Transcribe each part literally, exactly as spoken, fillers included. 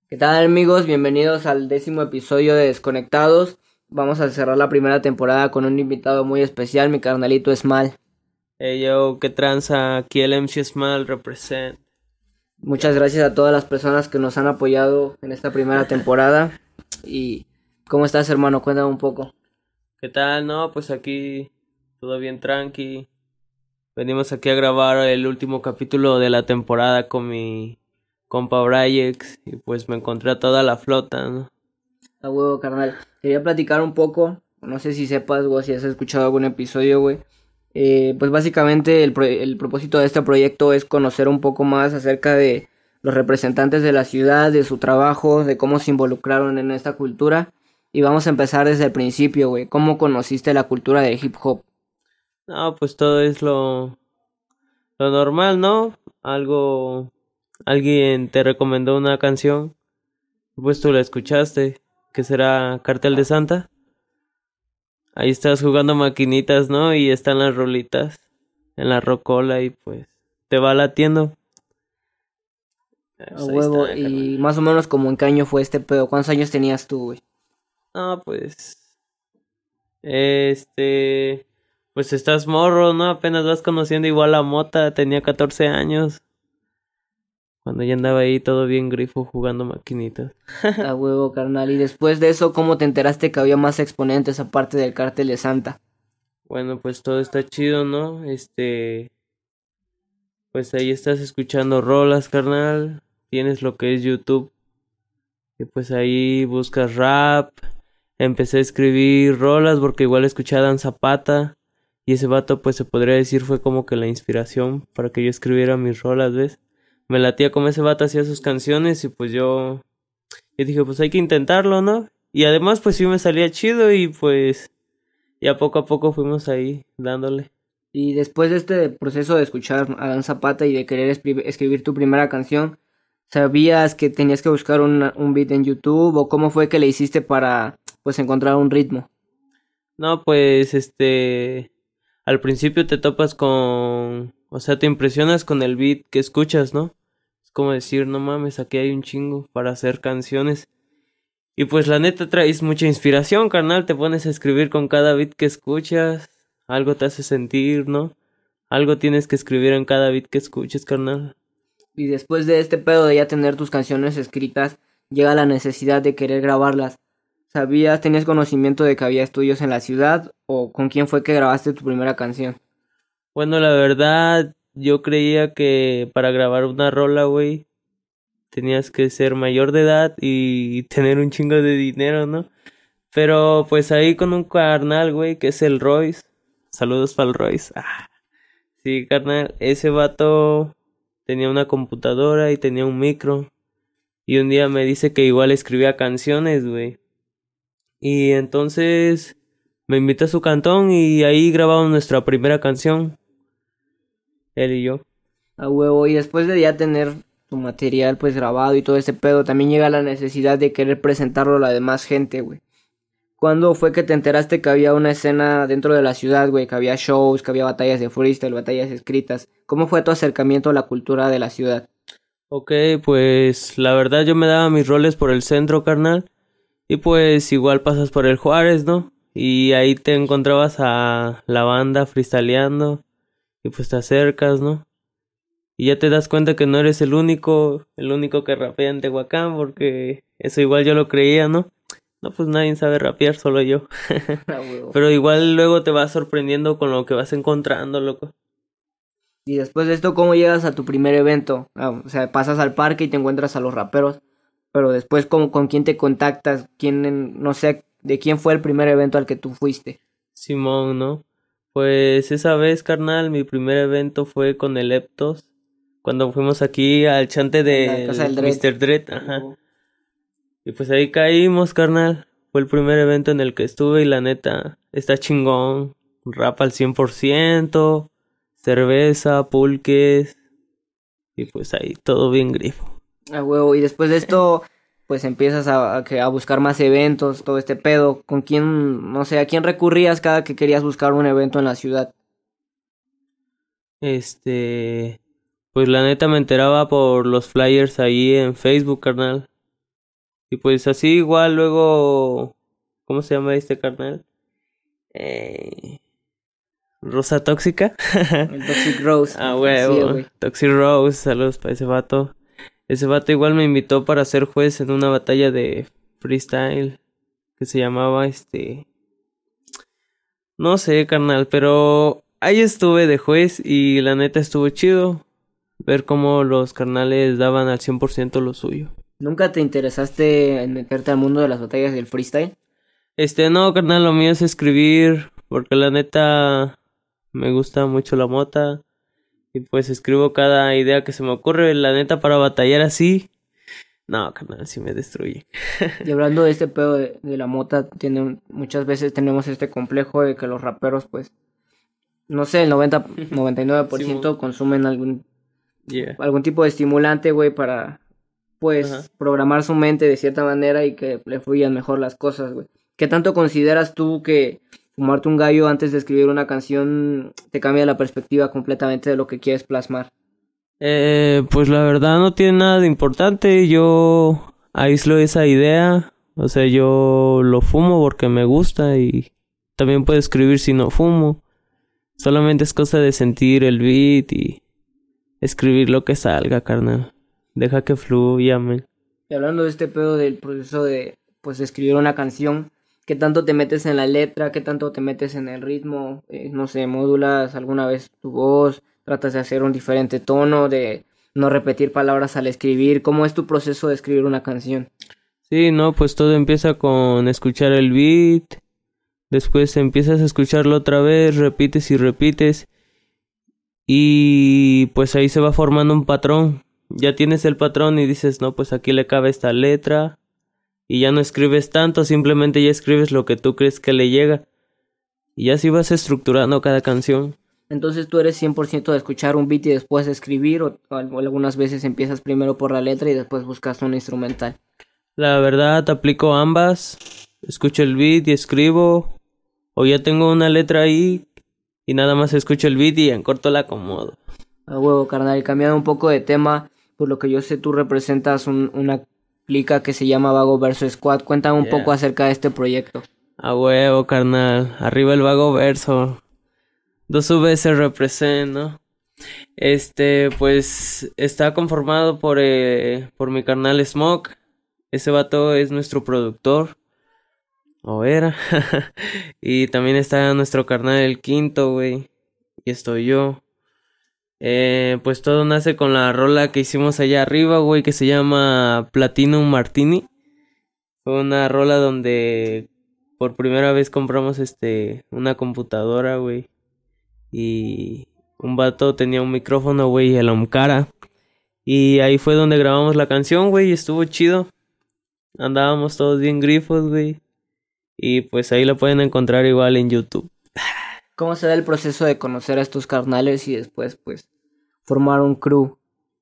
¿Qué tal amigos? Bienvenidos al décimo episodio de Desconectados. Vamos a cerrar la primera temporada con un invitado muy especial, mi carnalito Esmal. Hey yo, qué tranza, aquí el M C Small represent. Muchas gracias a todas las personas que nos han apoyado en esta primera temporada. ¿Y cómo estás, hermano? Cuéntame un poco. ¿Qué tal? No, pues aquí todo bien tranqui. Venimos aquí a grabar el último capítulo de la temporada con mi compa Bryax y pues me encontré a toda la flota, ¿no? A huevo, carnal. Quería platicar un poco, no sé si sepas o si has escuchado algún episodio, güey. Eh, pues básicamente el, pro- el propósito de este proyecto es conocer un poco más acerca de los representantes de la ciudad, de su trabajo, de cómo se involucraron en esta cultura. Y vamos a empezar desde el principio, güey. ¿Cómo conociste la cultura del hip hop? No, pues todo es lo, lo normal, ¿no? Algo, alguien te recomendó una canción, pues tú la escuchaste, que será Cartel de Santa. Ahí estás jugando maquinitas, ¿no? Y están las rolitas en la rocola y pues te va latiendo. A Pues ahí huevo. está, carnal. Y más o menos como en qué año fue este pedo. ¿Cuántos años tenías tú, güey? Ah, pues. Este. Pues estás morro, ¿no? Apenas vas conociendo igual a Mota. Tenía catorce años. Cuando ya andaba ahí todo bien grifo jugando maquinitas. A huevo, carnal. Y después de eso, ¿cómo te enteraste que había más exponentes aparte del Cártel de Santa? Bueno, pues todo está chido, ¿no? Este. Pues ahí estás escuchando rolas, carnal. Tienes lo que es YouTube. Y pues ahí buscas rap. Empecé a escribir rolas porque igual escuché a Dan Zapata. Y ese vato pues se podría decir fue como que la inspiración para que yo escribiera mis rolas, ¿ves? Me latía como ese vato hacía sus canciones y pues yo, yo dije pues hay que intentarlo, ¿no? Y además pues sí me salía chido y pues ya poco a poco fuimos ahí dándole. Y después de este proceso de escuchar a Dan Zapata y de querer escri- escribir tu primera canción, ¿sabías que tenías que buscar una- un beat en YouTube o cómo fue que le hiciste para pues encontrar un ritmo? No, pues este, al principio te topas con, o sea, te impresionas con el beat que escuchas, ¿no? Es como decir, no mames, aquí hay un chingo para hacer canciones. Y pues la neta traes mucha inspiración, carnal, te pones a escribir con cada beat que escuchas, algo te hace sentir, ¿no? Algo tienes que escribir en cada beat que escuches, carnal. Y después de este pedo de ya tener tus canciones escritas, llega la necesidad de querer grabarlas. ¿Sabías, tenías conocimiento de que había estudios en la ciudad o con quién fue que grabaste tu primera canción? Bueno, la verdad, yo creía que para grabar una rola, güey, tenías que ser mayor de edad y tener un chingo de dinero, ¿no? Pero pues ahí con un carnal, güey, que es el Royce. Saludos para el Royce. Ah, sí, carnal, ese vato tenía una computadora y tenía un micro. Y un día me dice que igual escribía canciones, güey. Y entonces me invita a su cantón y ahí grabamos nuestra primera canción, él y yo. A huevo, y después de ya tener tu material pues grabado y todo ese pedo, también llega la necesidad de querer presentarlo a la demás gente, güey. ¿Cuándo fue que te enteraste que había una escena dentro de la ciudad, güey? Que había shows, que había batallas de freestyle, batallas escritas. ¿Cómo fue tu acercamiento a la cultura de la ciudad? Ok, pues la verdad yo me daba mis roles por el centro, carnal. Y pues igual pasas por el Juárez, ¿no? Y ahí te encontrabas a la banda freestyleando. Y pues te acercas, ¿no? Y ya te das cuenta que no eres el único, el único que rapea en Tehuacán, porque eso igual yo lo creía, ¿no? No, pues nadie sabe rapear, solo yo. A huevo. Pero igual luego te vas sorprendiendo con lo que vas encontrando, loco. Y después de esto, ¿cómo llegas a tu primer evento? Ah, o sea, pasas al parque y te encuentras a los raperos, pero después, ¿cómo, con quién te contactas? ¿Quién, en- no sé, de quién fue el primer evento al que tú fuiste? Simón, ¿no? Pues esa vez, carnal, mi primer evento fue con el Eptos, cuando fuimos aquí al chante En la casa del del Dread. míster Dread, A ajá. huevo. Y pues ahí caímos, carnal. Fue el primer evento en el que estuve y la neta, está chingón. Rap al cien por ciento, cerveza, pulques, y pues ahí todo bien grifo. A huevo. Y después de esto, pues empiezas a, a que- a buscar más eventos, todo este pedo. ¿Con quién, no sé, a quién recurrías cada que querías buscar un evento en la ciudad? Este, pues la neta me enteraba por los flyers ahí en Facebook, carnal. Y pues así igual luego, ¿cómo se llama este carnal? Eh... Rosa Tóxica. El Toxic Rose. Ah, Sí, huevo. güey. Toxic Rose, saludos para ese vato. Ese vato igual me invitó para ser juez en una batalla de freestyle que se llamaba este... No sé, carnal, pero ahí estuve de juez y la neta estuvo chido ver cómo los carnales daban al cien por ciento lo suyo. ¿Nunca te interesaste en meterte al mundo de las batallas del freestyle? Este, no, carnal, lo mío es escribir, porque la neta me gusta mucho la mota y pues escribo cada idea que se me ocurre, la neta para batallar así. No, carnal, sí me destruye. Y hablando de este pedo de, de la mota, tiene, muchas veces tenemos este complejo de que los raperos, pues, no sé, el noventa, noventa y nueve por ciento Sí, consumen algún, Yeah. algún tipo de estimulante, güey, para, pues, Ajá. programar su mente de cierta manera y que le fluyan mejor las cosas, güey. ¿Qué tanto consideras tú que fumarte un gallo antes de escribir una canción te cambia la perspectiva completamente de lo que quieres plasmar? Eh, pues la verdad no tiene nada de importante. Yo aíslo esa idea. O sea, yo lo fumo porque me gusta y también puedo escribir si no fumo. Solamente es cosa de sentir el beat y escribir lo que salga, carnal. Deja que fluya, man. Y hablando de este pedo del proceso de, pues, de escribir una canción, ¿qué tanto te metes en la letra? ¿Qué tanto te metes en el ritmo? Eh, no sé, ¿modulas alguna vez tu voz? ¿Tratas de hacer un diferente tono? ¿De no repetir palabras al escribir? ¿Cómo es tu proceso de escribir una canción? Sí, no, pues todo empieza con escuchar el beat. Después empiezas a escucharlo otra vez, repites y repites. Y pues ahí se va formando un patrón. Ya tienes el patrón y dices, no, pues aquí le cabe esta letra. Y ya no escribes tanto, simplemente ya escribes lo que tú crees que le llega. Y así vas estructurando cada canción. Entonces tú eres cien por ciento de escuchar un beat y después escribir, o, o algunas veces empiezas primero por la letra y después buscas un instrumental. La verdad, aplico ambas. Escucho el beat y escribo. O ya tengo una letra ahí y nada más escucho el beat y en corto la acomodo. A huevo, carnal. Y cambiando un poco de tema, por lo que yo sé, tú representas un, una clica que se llama Vago Verso Squad. Cuéntame un Yeah. poco acerca de este proyecto. A huevo, carnal. Arriba el vago verso. Dos V se represent, ¿no? Este, pues, está conformado por, eh, por mi carnal Smoke. Ese vato es nuestro productor. O era. Y también está nuestro carnal el Quinto, güey. Y estoy yo. Eh, pues todo nace con la rola que hicimos allá arriba, güey, que se llama Platinum Martini. Fue una rola donde por primera vez compramos este una computadora, güey. Y un vato tenía un micrófono, güey, el Omcara. Y ahí fue donde grabamos la canción, güey, y estuvo chido. Andábamos todos bien grifos, güey. Y pues ahí la pueden encontrar igual en YouTube. ¿Cómo se da el proceso de conocer a estos carnales y después, pues, formar un crew?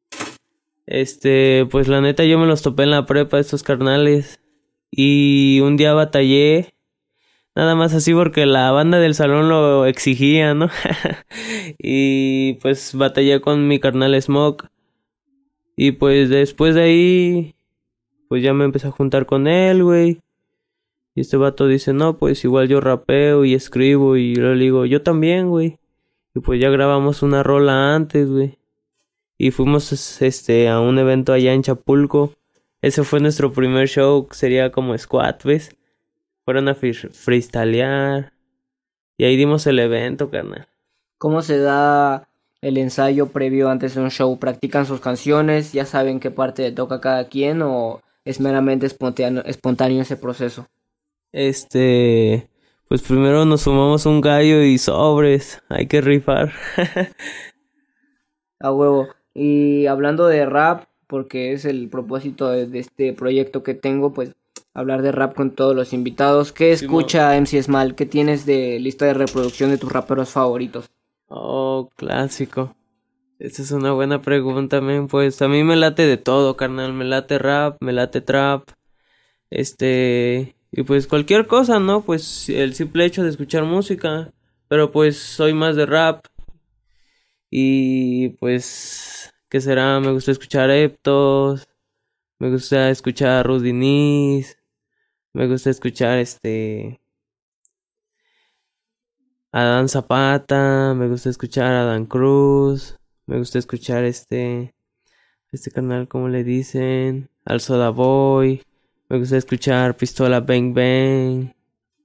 Este, pues la neta yo me los topé en la prepa, estos carnales. Y un día batallé. Nada más así porque la banda del salón lo exigía, ¿no? Y pues batallé con mi carnal Smoke. Y pues después de ahí, pues ya me empecé a juntar con él, güey. Y este vato dice, no, pues igual yo rapeo y escribo. Y yo le digo, yo también, güey. Y pues ya grabamos una rola antes, güey. Y fuimos este a un evento allá en Chapulco. Ese fue nuestro primer show, sería como squad, ¿ves? Fueron a fre- freestylear. Y ahí dimos el evento, carnal. ¿Cómo se da el ensayo previo antes de un show? ¿Practican sus canciones? ¿Ya saben qué parte le toca a cada quien? ¿O es meramente espontáneo, espontáneo ese proceso? Este, pues primero nos fumamos un gallo y sobres. Hay que rifar. A huevo. Y hablando de rap, porque es el propósito de, de este proyecto que tengo, pues hablar de rap con todos los invitados. ¿Qué Simón. escucha M C Small? ¿Qué tienes de lista de reproducción de tus raperos favoritos? Oh, clásico. Esa es una buena pregunta, men. Pues a mí me late de todo, carnal. Me late rap, me late trap. Este, y pues cualquier cosa, ¿no? Pues el simple hecho de escuchar música. Pero pues soy más de rap. Y pues, ¿qué será? Me gusta escuchar Eptos. Me gusta escuchar a Rudy Diniz. Me gusta escuchar este... a Dan Zapata. Me gusta escuchar a Dan Cruz. Me gusta escuchar este... Este canal, ¿cómo le dicen? Al Soda Boy. Me gusta escuchar Pistola Bang Bang.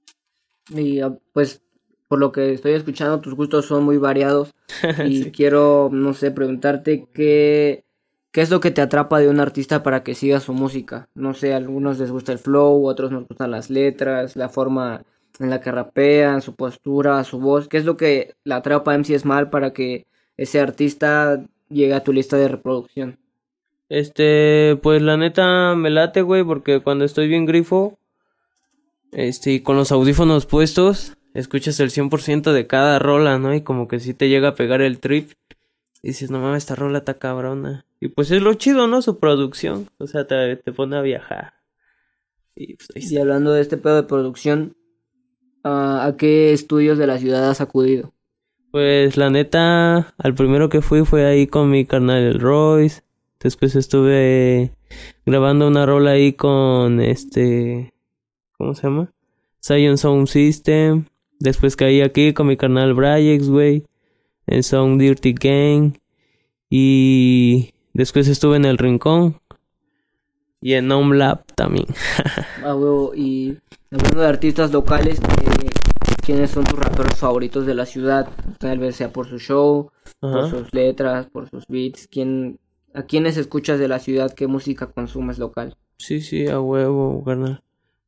Y ah, pues por lo que estoy escuchando, tus gustos son muy variados. Y Sí. quiero, no sé, preguntarte qué, qué es lo que te atrapa de un artista para que siga su música. No sé, a algunos les gusta el flow, otros nos gustan las letras, la forma en la que rapean, su postura, su voz. ¿Qué es lo que la atrapa a M C Small para que ese artista llegue a tu lista de reproducción? Este, pues la neta me late, güey, porque cuando estoy bien grifo, este, y con los audífonos puestos, escuchas el cien por ciento de cada rola, ¿no? Y como que sí te llega a pegar el trip. Y dices, no mames, esta rola está cabrona. Y pues es lo chido, ¿no? Su producción. O sea, te, te pone a viajar. Y pues ahí Y está. hablando de este pedo de producción, ah, ¿a qué estudios de la ciudad has acudido? Pues la neta, al primero que fui fue ahí con mi carnal el Royce. Después estuve grabando una rola ahí con este, ¿cómo se llama? Zion Sound System. Después caí aquí con mi carnal Brajex, güey, en Sound Dirty Gang. Y después estuve en El Rincón y en Home Lab también. Ah, huevo, y hablando de artistas locales, eh, ¿quiénes son tus raperos favoritos de la ciudad? Tal vez sea por su show, por Ajá. sus letras, por sus beats. ¿Quién, a quiénes escuchas de la ciudad? ¿Qué música consumes local? Sí, sí, a huevo, carnal.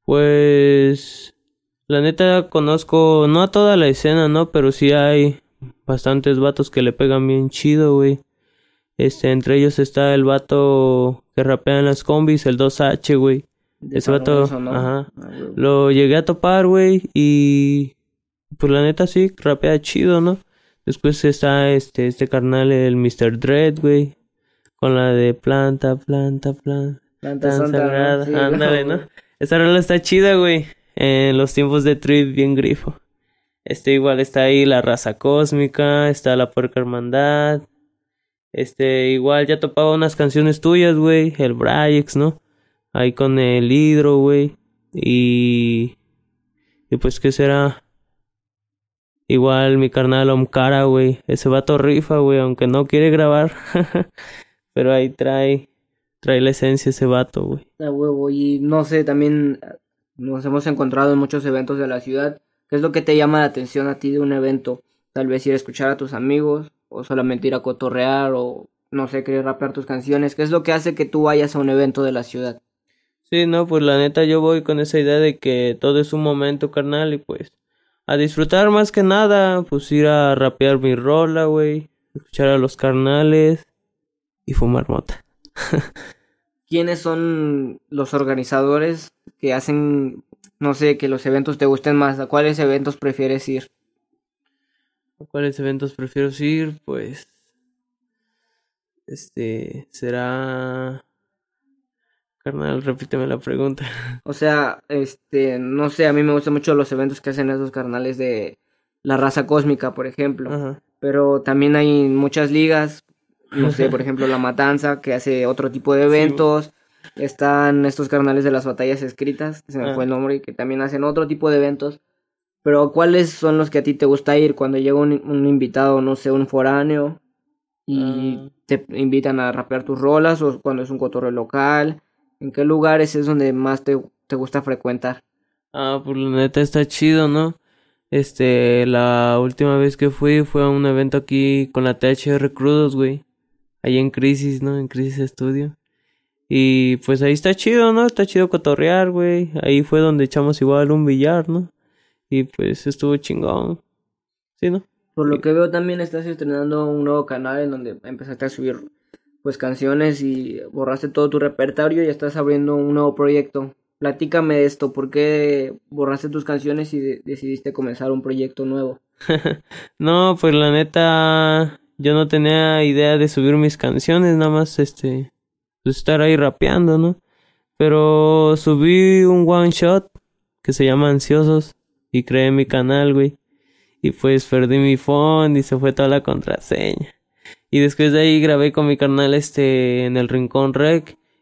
Pues la neta conozco, no a toda la escena, ¿no? Pero sí hay bastantes vatos que le pegan bien chido, güey. Este, entre ellos está el vato que rapea en las combis, el dos H, güey. De Ese San vato, Lorenzo, ¿no? ajá. Ah, huevo. Lo llegué a topar, güey, y pues la neta sí, rapea chido, ¿no? Después está este, este carnal, el mister Dread, güey, con la de planta, planta, planta, Planta tan Santa, ¿no? sagrada. Sí, Ándale, huevo. ¿no? Esta rola está chida, güey, en los tiempos de Trip, bien grifo. Este, igual está ahí la raza cósmica, está la puerca hermandad. Este, igual ya topaba unas canciones tuyas, güey, el Brajex, ¿no? Ahí con el Hidro, güey. Y... Y pues, ¿qué será? Igual mi carnal Omkara, güey. Ese vato rifa, güey, aunque no quiere grabar. Pero ahí trae... Trae la esencia ese vato, güey. A huevo, y no sé, también ah, nos hemos encontrado en muchos eventos de la ciudad. ¿Qué es lo que te llama la atención a ti de un evento? Tal vez ir a escuchar a tus amigos, o solamente ir a cotorrear, o no sé, querer rapear tus canciones. ¿Qué es lo que hace que tú vayas a un evento de la ciudad? Sí, no, pues la neta yo voy con esa idea de que todo es un momento, carnal, y pues... A disfrutar más que nada, pues ir a rapear mi rola, güey. Escuchar a los carnales y fumar mota. ¿Quiénes son los organizadores que hacen, no sé, que los eventos te gusten más? ¿A cuáles eventos prefieres ir? ¿A cuáles eventos prefiero ir? Pues... Este... Será... Carnal, repíteme la pregunta. O sea, este, no sé, a mí me gustan mucho los eventos que hacen esos carnales de la raza cósmica, por ejemplo. Ajá. Pero también hay muchas ligas, no sé, por ejemplo, La Matanza, que hace otro tipo de Sí, eventos. Están estos carnales de las batallas escritas, que se me Ah. fue el nombre, que también hacen otro tipo de eventos. Pero ¿cuáles son los que a ti te gusta ir cuando llega un, un invitado, no sé, un foráneo, y Ah. te invitan a rapear tus rolas, o cuando es un cotorreo local? ¿En qué lugares es donde más te, te gusta frecuentar? Ah, pues la neta está chido, ¿no? Este, la última vez que fui fue a un evento aquí con la T H R Crudos, güey. Ahí en Crisis, ¿no? En Crisis Studio. Y pues ahí está chido, ¿no? Está chido cotorrear, güey. Ahí fue donde echamos igual un billar, ¿no? Y pues estuvo chingón. Sí, ¿no? Por lo Y- que veo también estás estrenando un nuevo canal en donde empezaste a subir pues canciones y borraste todo tu repertorio y estás abriendo un nuevo proyecto. Platícame de esto, ¿por qué borraste tus canciones y de- decidiste comenzar un proyecto nuevo? No, pues la neta, yo no tenía idea de subir mis canciones, nada más este, pues estar ahí rapeando, ¿no? Pero subí un one shot que se llama Ansiosos y creé mi canal, güey. Y pues perdí mi phone y se fue toda la contraseña. Y después de ahí grabé con mi carnal este en el Rincón Rec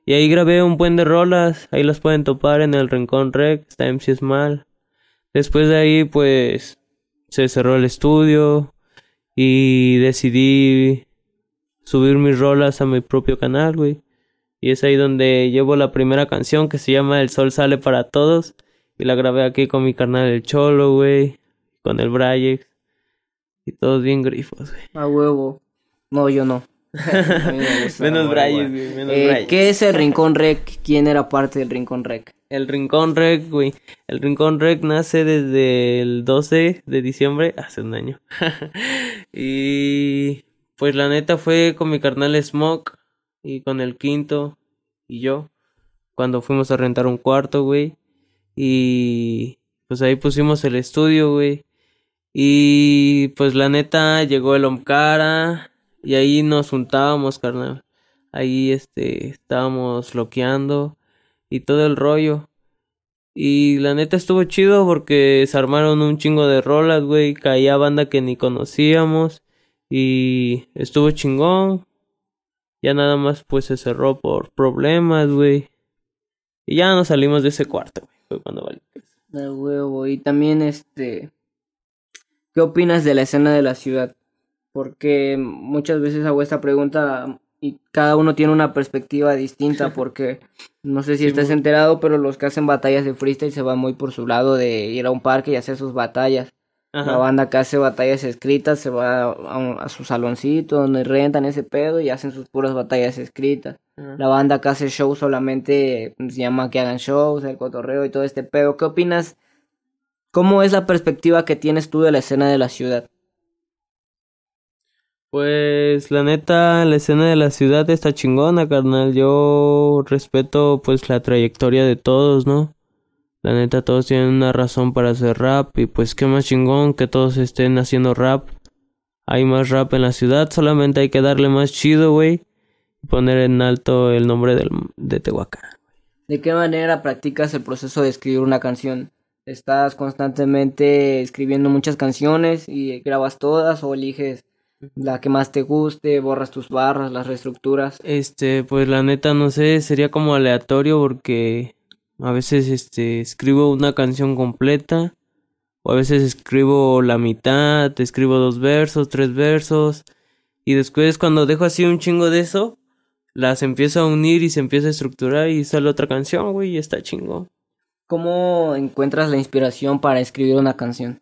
Y ahí grabé un buen de rolas, ahí las pueden topar en el Rincón Rec, está M C Small. Después de ahí pues se cerró el estudio y decidí subir mis rolas a mi propio canal, güey. Y es ahí donde llevo la primera canción que se llama El Sol Sale para Todos. Y la grabé aquí con mi carnal El Cholo, güey, con el Brayex. Y todos bien grifos, güey. A huevo. No, yo no. A mí me gusta, Menos güey, Brayex, güey. güey, menos Eh, Brayex. ¿Qué es el Rincón Rec? ¿Quién era parte del Rincón Rec? El Rincón Rec, güey. El Rincón Rec nace desde el doce de diciembre, hace un año. Y pues la neta fue con mi carnal Smoke y con el Quinto y yo. Cuando fuimos a rentar un cuarto, güey. Y pues ahí pusimos el estudio, güey. Y pues la neta llegó el Omcara y ahí nos juntábamos, carnal. Ahí este estábamos loqueando y todo el rollo. Y la neta estuvo chido porque se armaron un chingo de rolas, güey. Caía banda que ni conocíamos y estuvo chingón. Ya nada más pues se cerró por problemas, güey. Y ya nos salimos de ese cuarto, güey. Fue cuando valió. De huevo. Y también, este... ¿qué opinas de la escena de la ciudad? Porque muchas veces hago esta pregunta y cada uno tiene una perspectiva distinta porque no sé si Sí, estás muy- enterado, pero los que hacen batallas de freestyle se van muy por su lado de ir a un parque y hacer sus batallas. La Ajá. banda que hace batallas escritas se va a, un- a su saloncito donde rentan ese pedo y hacen sus puras batallas escritas. Ajá. La banda que hace shows solamente pues, se llama que hagan shows, el cotorreo y todo este pedo. ¿Qué opinas? ¿Cómo es la perspectiva que tienes tú de la escena de la ciudad? Pues la neta, la escena de la ciudad está chingona, carnal. Yo respeto pues la trayectoria de todos, ¿no? La neta, todos tienen una razón para hacer rap y pues qué más chingón que todos estén haciendo rap. Hay más rap en la ciudad, solamente hay que darle más chido, güey. Y poner en alto el nombre del, de Tehuacán. ¿De qué manera practicas el proceso de escribir una canción? ¿Estás constantemente escribiendo muchas canciones y grabas todas o eliges la que más te guste, borras tus barras, las reestructuras? Este, pues la neta no sé, sería como aleatorio porque a veces este escribo una canción completa o a veces escribo la mitad, escribo dos versos, tres versos y después cuando dejo así un chingo de eso, las empiezo a unir y se empieza a estructurar y sale otra canción, güey, y está chingón. ¿Cómo encuentras la inspiración para escribir una canción?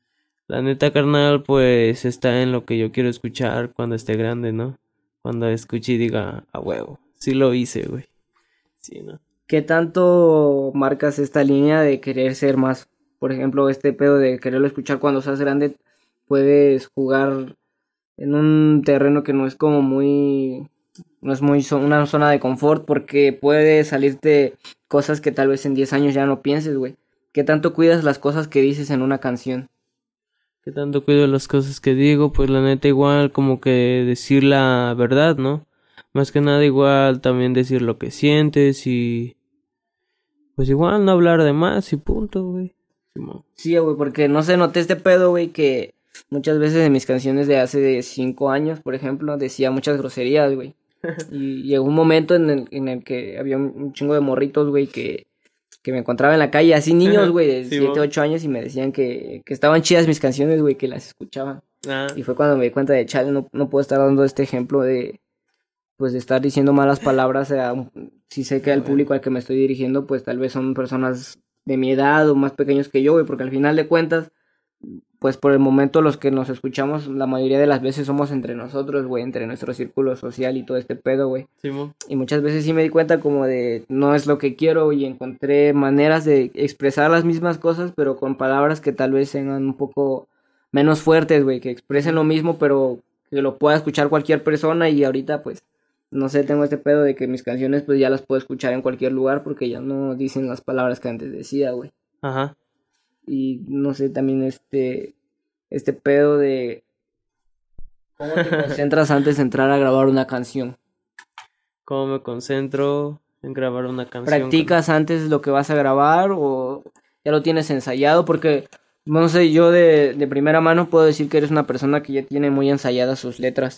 La neta, carnal, pues está en lo que yo quiero escuchar cuando esté grande, ¿no? Cuando escuche y diga, a huevo, sí lo hice, güey. Sí, ¿no? ¿Qué tanto marcas esta línea de querer ser más? Por ejemplo, este pedo de quererlo escuchar cuando seas grande, puedes jugar en un terreno que no es como muy, no es muy zo- una zona de confort porque puede salirte cosas que tal vez en diez años ya no pienses, güey. ¿Qué tanto cuidas las cosas que dices en una canción? ¿Qué tanto cuido las cosas que digo? Pues la neta igual como que decir la verdad, ¿no? Más que nada igual también decir lo que sientes y pues igual no hablar de más y punto, güey. Simón. Sí, güey, porque no sé, noté este pedo, güey, que muchas veces en mis canciones de hace cinco años, por ejemplo, decía muchas groserías, güey. Y llegó un momento en el, en el que había un, un chingo de morritos, güey, que, que me encontraba en la calle, así niños, güey, de Sí, siete, mo. ocho años, y me decían que, que estaban chidas mis canciones, güey, que las escuchaban. Ah, Y fue cuando me di cuenta de, chale, no, no puedo estar dando este ejemplo de, pues, de estar diciendo malas palabras a un- si sé que el público al que me estoy dirigiendo, pues, tal vez son personas de mi edad o más pequeños que yo, güey, porque al final de cuentas, pues, por el momento los que nos escuchamos, la mayoría de las veces somos entre nosotros, güey, entre nuestro círculo social y todo este pedo, güey. Simón. Y muchas veces sí me di cuenta como de no es lo que quiero y encontré maneras de expresar las mismas cosas, pero con palabras que tal vez sean un poco menos fuertes, güey, que expresen lo mismo, pero que lo pueda escuchar cualquier persona y ahorita pues, no sé, tengo este pedo de que mis canciones pues ya las puedo escuchar en cualquier lugar porque ya no dicen las palabras que antes decía, güey. Ajá. Y no sé, también este, este pedo de cómo te concentras antes de entrar a grabar una canción. ¿Cómo me concentro en grabar una canción? ¿Practicas antes lo que vas a grabar o ya lo tienes ensayado? Porque, no sé, yo de, de primera mano puedo decir que eres una persona que ya tiene muy ensayadas sus letras.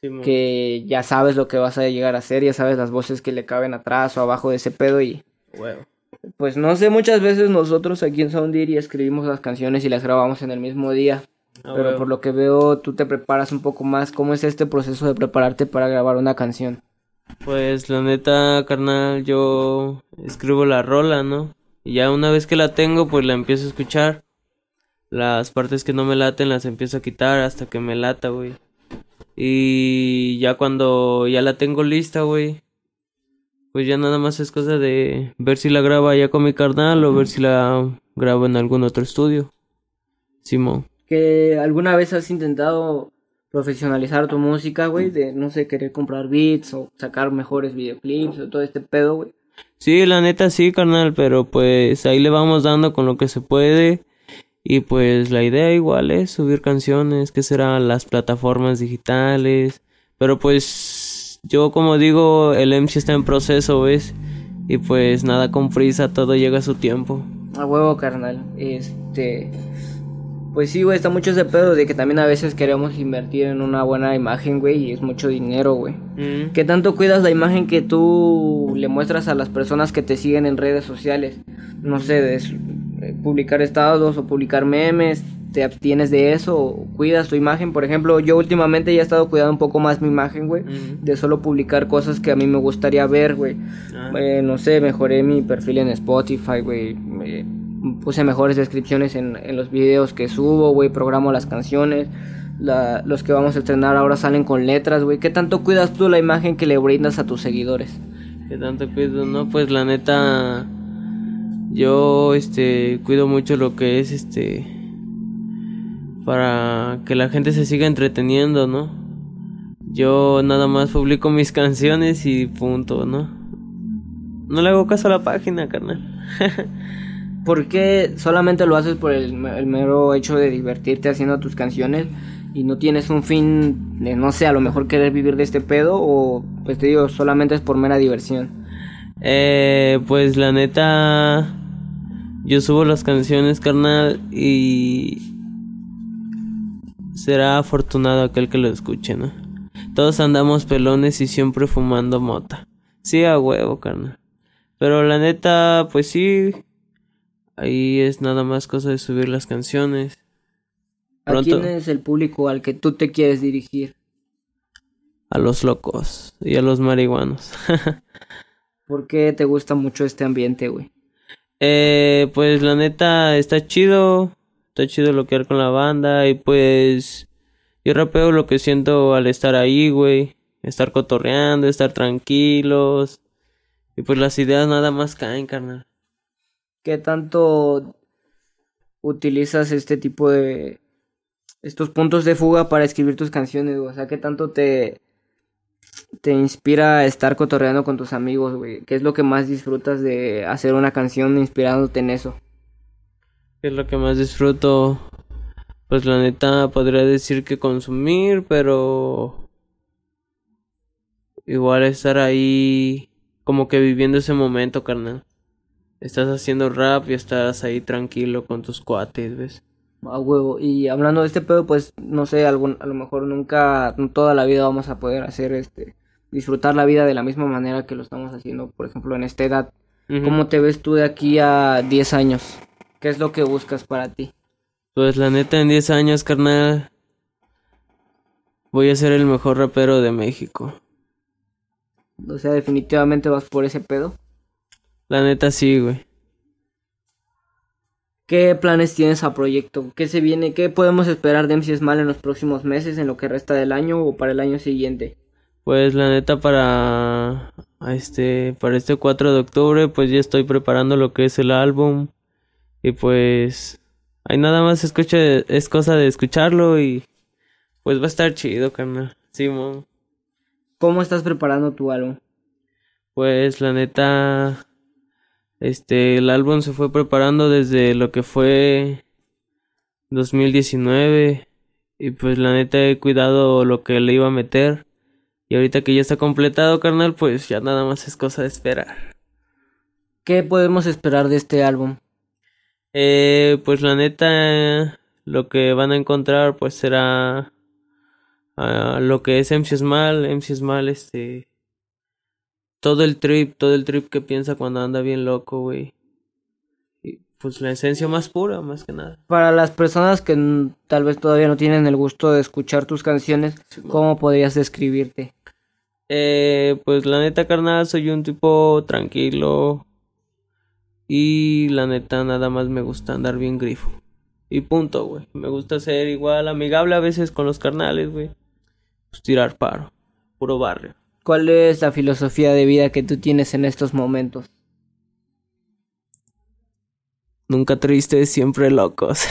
Sí, mo. que ya sabes lo que vas a llegar a hacer, ya sabes las voces que le caben atrás o abajo de ese pedo y Huevo. pues no sé, muchas veces nosotros aquí en Soundiri escribimos las canciones y las grabamos en el mismo día, Ah, pero huevo. por lo que veo tú te preparas un poco más. ¿Cómo es este proceso de prepararte para grabar una canción? Pues la neta, carnal, yo escribo la rola, ¿no? Y ya una vez que la tengo, pues la empiezo a escuchar. Las partes que no me laten las empiezo a quitar hasta que me lata, güey. Y ya cuando ya la tengo lista, güey, pues ya nada más es cosa de ver si la grabo allá con mi carnal o ver si la grabo en algún otro estudio. Simón. ¿Que alguna vez has intentado profesionalizar tu música, güey? De, no sé, querer comprar beats o sacar mejores videoclips o todo este pedo, güey. Sí, la neta sí, carnal, pero pues ahí le vamos dando con lo que se puede. Y pues la idea igual es subir canciones, que serán las plataformas digitales. Pero pues yo como digo, el M C está en proceso, ¿ves? Y pues nada con prisa, todo llega a su tiempo. A huevo, carnal. Este... Pues sí, güey, está mucho ese pedo de que también a veces queremos invertir en una buena imagen, güey, y es mucho dinero, güey. Mm. ¿Qué tanto cuidas la imagen que tú le muestras a las personas que te siguen en redes sociales? No sé, de su- eh, publicar estados o publicar memes, ¿te abstienes de eso o cuidas tu imagen? Por ejemplo, yo últimamente ya he estado cuidando un poco más mi imagen, güey, Mm. de solo publicar cosas que a mí me gustaría ver, güey. Ah. Eh, no sé, mejoré mi perfil en Spotify, güey. Me- Puse mejores descripciones en, en los videos que subo, güey. Programo las canciones. La, los que vamos a estrenar ahora salen con letras, güey. ¿Qué tanto cuidas tú la imagen que le brindas a tus seguidores? ¿Qué tanto cuido? No, pues la neta, yo este cuido mucho lo que es este para que la gente se siga entreteniendo, ¿no? Yo nada más publico mis canciones y punto, ¿no? No le hago caso a la página, carnal. ¿Por qué solamente lo haces por el, el mero hecho de divertirte haciendo tus canciones y no tienes un fin de, no sé, a lo mejor querer vivir de este pedo? O pues te digo, solamente es por mera diversión. Eh, pues la neta, yo subo las canciones, carnal, y será afortunado aquel que lo escuche, ¿no? Todos andamos pelones y siempre fumando mota. Sí, a huevo, carnal. Pero la neta, pues sí, ahí es nada más cosa de subir las canciones. ¿A Pronto quién es el público al que tú te quieres dirigir? a los locos y a los marihuanos. ¿Por qué te gusta mucho este ambiente, güey? Eh, pues la neta está chido, está chido loquear con la banda y pues yo rapeo lo que siento al estar ahí, güey, estar cotorreando, estar tranquilos y pues las ideas nada más caen, carnal. ¿Qué tanto utilizas este tipo de... estos puntos de fuga para escribir tus canciones, güey? O sea, ¿qué tanto te... te inspira estar cotorreando con tus amigos, güey? ¿Qué es lo que más disfrutas de hacer una canción inspirándote en eso? ¿Qué es lo que más disfruto? Pues la neta podría decir que consumir, pero igual estar ahí como que viviendo ese momento, carnal. Estás haciendo rap y estás ahí tranquilo con tus cuates, ¿ves? A huevo. Y hablando de este pedo, pues, no sé, algún, a lo mejor nunca, no toda la vida vamos a poder hacer este, disfrutar la vida de la misma manera que lo estamos haciendo, por ejemplo, en esta edad. Ujú. ¿Cómo te ves tú de aquí a diez años? ¿Qué es lo que buscas para ti? Pues la neta en diez años, carnal, voy a ser el mejor rapero de México. O sea, definitivamente vas por ese pedo. La neta sí, güey. ¿Qué planes tienes a proyecto? ¿Qué se viene? ¿Qué podemos esperar de M C Small en los próximos meses, en lo que resta del año o para el año siguiente? Pues la neta para a este para este cuatro de octubre pues ya estoy preparando lo que es el álbum y pues ahí nada más escucha es cosa de escucharlo y pues va a estar chido, carnal. Simón. ¿Cómo estás preparando tu álbum? Pues la neta este el álbum se fue preparando desde lo que fue dos mil diecinueve y pues la neta he cuidado lo que le iba a meter. Y ahorita que ya está completado, carnal, pues ya nada más es cosa de esperar. ¿Qué podemos esperar de este álbum? Eh, pues la neta, lo que van a encontrar pues será a lo que es M C Small, M C Small, este, todo el trip, todo el trip que piensa cuando anda bien loco, güey. Y pues la esencia más pura, más que nada. Para las personas que n- tal vez todavía no tienen el gusto de escuchar tus canciones, Simón. ¿cómo podrías describirte? Eh, pues la neta, carnal, soy un tipo tranquilo. Y la neta, nada más me gusta andar bien grifo. Y punto, güey. Me gusta ser igual amigable a veces con los carnales, güey. Pues tirar paro. Puro barrio. ¿Cuál es la filosofía de vida que tú tienes en estos momentos? Nunca tristes, siempre locos.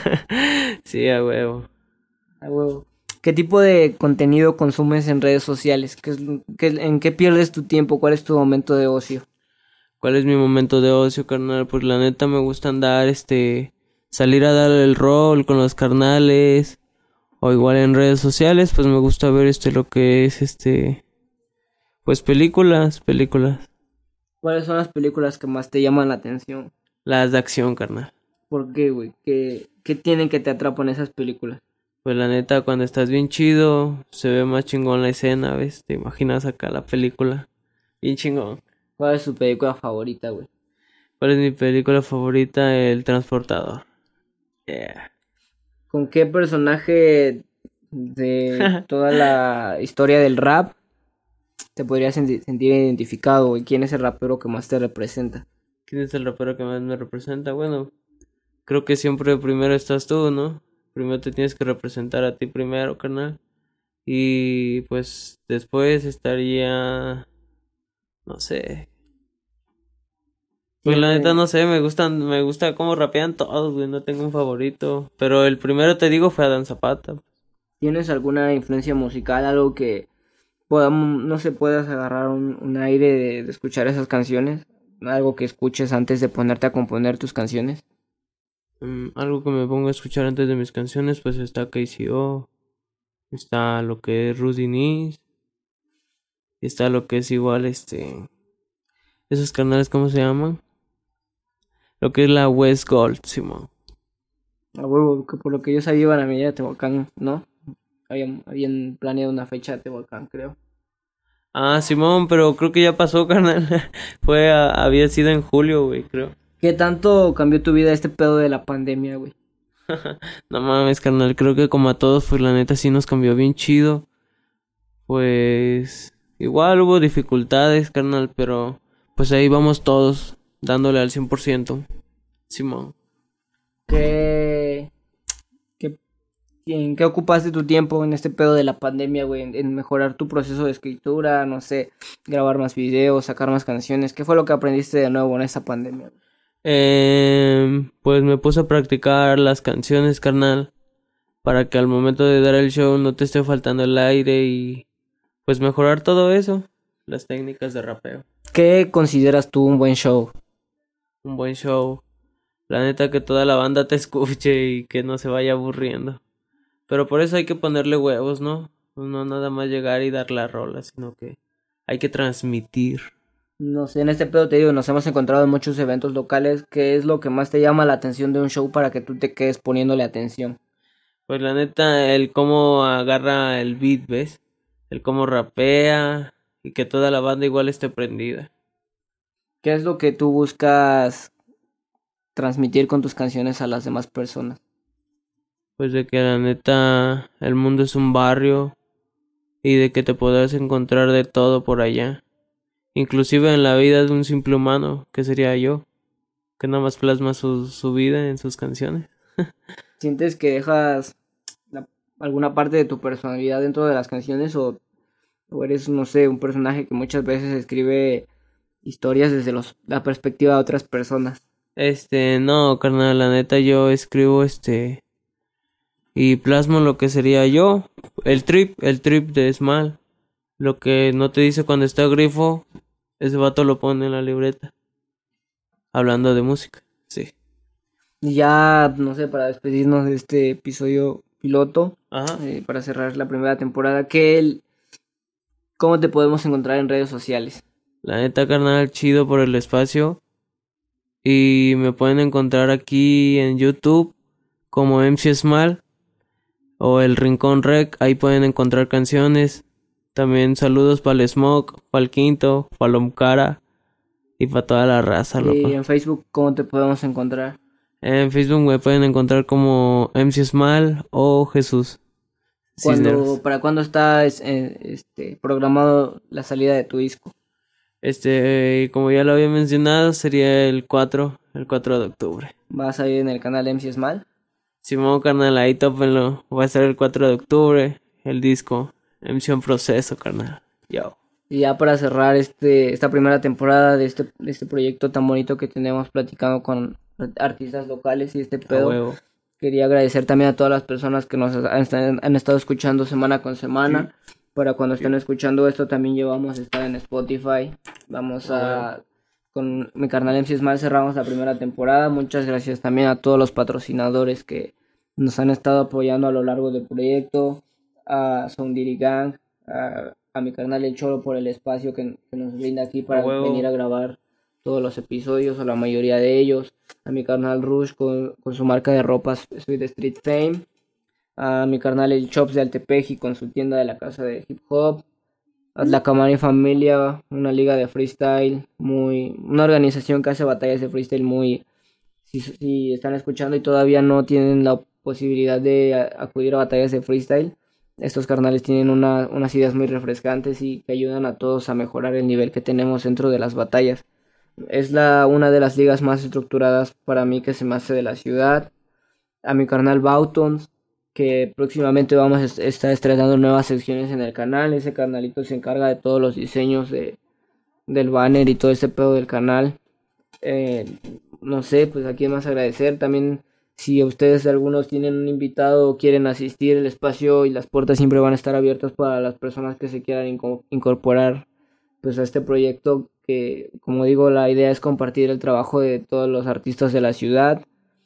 Sí, a huevo. A huevo. ¿Qué tipo de contenido consumes en redes sociales? ¿Qué es, qué- en qué pierdes tu tiempo? ¿Cuál es tu momento de ocio? ¿Cuál es mi momento de ocio, carnal? Pues la neta me gusta andar, este... salir a dar el rol con los carnales. O igual en redes sociales, pues me gusta ver, este, lo que es, este... pues películas, películas. ¿Cuáles son las películas que más te llaman la atención? Las de acción, carnal. ¿Por qué, güey? ¿Qué, qué tienen que te atrapan esas películas? Pues la neta, cuando estás bien chido, se ve más chingón la escena, ¿ves? Te imaginas acá la película. Bien chingón. ¿Cuál es tu película favorita, güey? ¿Cuál es mi película favorita? El Transportador. Yeah. ¿Con qué personaje de toda la historia del rap te podrías senti- sentir identificado, güey? ¿Quién es el rapero que más te representa? ¿Quién es el rapero que más me representa? Bueno, creo que siempre primero estás tú, ¿no? Primero te tienes que representar a ti primero, carnal. Y pues después estaría... no sé. Pues la neta Tiene- no sé, me gustan, me gusta cómo rapean todos, güey, no tengo un favorito. Pero el primero te digo fue Adán Zapata. ¿Tienes alguna influencia musical, algo que podamos, no se puedas agarrar un, un aire de, de escuchar esas canciones? Algo que escuches antes de ponerte a componer tus canciones. Mm, algo que me pongo a escuchar antes de mis canciones, pues está K C O, está lo que es Rudy Nis, y está lo que es igual, este, esos canales, ¿cómo se llaman? Lo que es la West Gold, Simón. A huevo, que por lo que yo sabía iban a venir a Tehuacán, ¿no? Habían, habían planeado una fecha de Tehuacán, creo. Ah, Simón, pero creo que ya pasó, carnal. Fue, a- había sido en julio, güey, creo. ¿Qué tanto cambió tu vida este pedo de la pandemia, güey? No mames, carnal, creo que como a todos, pues la neta sí nos cambió bien chido. Pues igual hubo dificultades, carnal, pero pues ahí vamos todos, dándole al cien por ciento. Simón. ¿Qué, qué, en qué ocupaste tu tiempo en este pedo de la pandemia, güey? En, en mejorar tu proceso de escritura, no sé, grabar más videos, sacar más canciones. ¿Qué fue lo que aprendiste de nuevo en esta pandemia? Em, pues me puse a practicar las canciones, carnal, para que al momento de dar el show no te esté faltando el aire y pues mejorar todo eso, las técnicas de rapeo. ¿Qué consideras tú un buen show? Un buen show, la neta que toda la banda te escuche y que no se vaya aburriendo. Pero por eso hay que ponerle huevos, ¿no? No nada más llegar y dar la rola, sino que hay que transmitir. No sé, en este pedo te digo, nos hemos encontrado en muchos eventos locales. ¿Qué es lo que más te llama la atención de un show para que tú te quedes poniéndole atención? Pues la neta, el cómo agarra el beat, ¿ves? El cómo rapea y que toda la banda igual esté prendida. ¿Qué es lo que tú buscas transmitir con tus canciones a las demás personas? Pues de que la neta, el mundo es un barrio y de que te podrás encontrar de todo por allá. Inclusive en la vida de un simple humano, que sería yo, que nada más plasma su, su vida en sus canciones. ¿Sientes que dejas la- alguna parte de tu personalidad dentro de las canciones o, o eres, no sé, un personaje que muchas veces escribe historias desde los, la perspectiva de otras personas? Este, no, carnal, la neta yo escribo este y plasmo lo que sería yo, el trip, el trip de Small. Lo que no te dice cuando está grifo, ese vato lo pone en la libreta. Hablando de música, sí. Y ya, no sé, para despedirnos de este episodio piloto, Ajá. eh, para cerrar la primera temporada, ¿qué el, ¿cómo te podemos encontrar en redes sociales? La neta, carnal, chido por el espacio. Y me pueden encontrar aquí en YouTube como M C Small. o el Rincón Rec, ahí pueden encontrar canciones. También saludos para el Smoke, para el Quinto, para el Omcara y para toda la raza, loco. Y en Facebook, ¿cómo te podemos encontrar? En Facebook me pueden encontrar como M C Small o Jesús ¿Cuándo, Cisneros. ¿Para cuándo está es- eh, este, programado la salida de tu disco? Este, como ya lo había mencionado, sería el cuatro, el cuatro de octubre. ¿Va a salir en el canal M C Small? Simón, carnal, ahí tópenlo. Va a estar el cuatro de octubre, el disco. M C en proceso, carnal. Yo. Y ya para cerrar este esta primera temporada de este, de este proyecto tan bonito que tenemos platicando con artistas locales y este A pedo, huevo. quería agradecer también a todas las personas que nos han, han estado escuchando semana con semana. Para cuando estén escuchando esto también llevamos a estar en Spotify. Vamos a... Con mi carnal M C Small cerramos la primera temporada. Muchas gracias también a todos los patrocinadores que nos han estado apoyando a lo largo del proyecto. A Soundiri Gang, a, a mi carnal El Cholo por el espacio que, que nos brinda aquí para A huevo. venir a grabar todos los episodios o la mayoría de ellos. A mi carnal Rush con, con su marca de ropas, soy de Street Fame. A mi carnal El Chops de Altepeji con su tienda de la casa de hip hop. A la Camari Familia, una liga de freestyle, muy, una organización que hace batallas de freestyle muy, si, si están escuchando y todavía no tienen la posibilidad de a- acudir a batallas de freestyle, estos carnales tienen una, unas ideas muy refrescantes y que ayudan a todos a mejorar el nivel que tenemos dentro de las batallas. Es la, una de las ligas más estructuradas para mí que se me hace de la ciudad. A mi carnal Bautons, que próximamente vamos a est- estar estrenando nuevas secciones en el canal. Ese canalito se encarga de todos los diseños de, del banner y todo ese pedo del canal. Eh, no sé, pues a quién más agradecer. También si ustedes algunos tienen un invitado o quieren asistir, el espacio y las puertas siempre van a estar abiertas para las personas que se quieran inco- incorporar pues a este proyecto que, como digo, la idea es compartir el trabajo de todos los artistas de la ciudad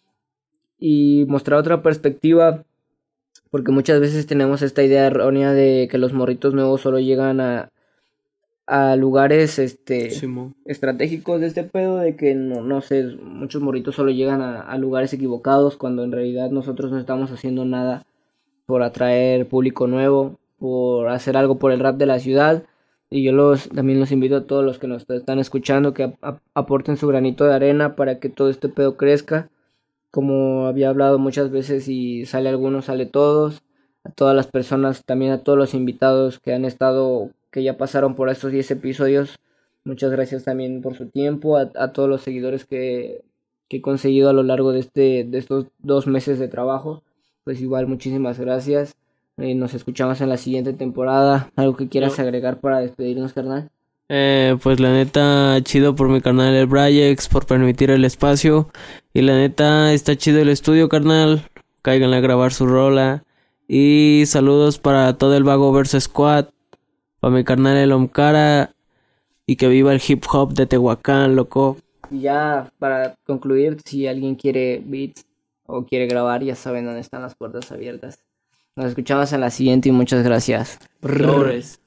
y mostrar otra perspectiva, porque muchas veces tenemos esta idea errónea de que los morritos nuevos solo llegan a, a lugares este Simón. estratégicos de este pedo, de que no, no sé, muchos morritos solo llegan a, a lugares equivocados cuando en realidad nosotros no estamos haciendo nada por atraer público nuevo, por hacer algo por el rap de la ciudad. Y yo los también los invito a todos los que nos están escuchando que ap- ap- aporten su granito de arena para que todo este pedo crezca. Como había hablado muchas veces, y sale algunos, sale todos. A todas las personas, también a todos los invitados que han estado, que ya pasaron por estos diez episodios. Muchas gracias también por su tiempo. A, a todos los seguidores que, que he conseguido a lo largo de, este, de estos dos meses de trabajo. Pues igual, muchísimas gracias. Eh, nos escuchamos en la siguiente temporada. ¿Algo que quieras Yo- agregar para despedirnos, carnal? Eh, pues la neta, chido por mi carnal el Brayex, por permitir el espacio. Y la neta, está chido el estudio, carnal. Cáiganle a grabar su rola. Y saludos para todo el Vago Verse Squad. Para mi carnal el Omcara. Y que viva el hip hop de Tehuacán, loco. Y ya para concluir, si alguien quiere beats o quiere grabar, ya saben dónde están las puertas abiertas. Nos escuchamos en la siguiente y muchas gracias. Sobres.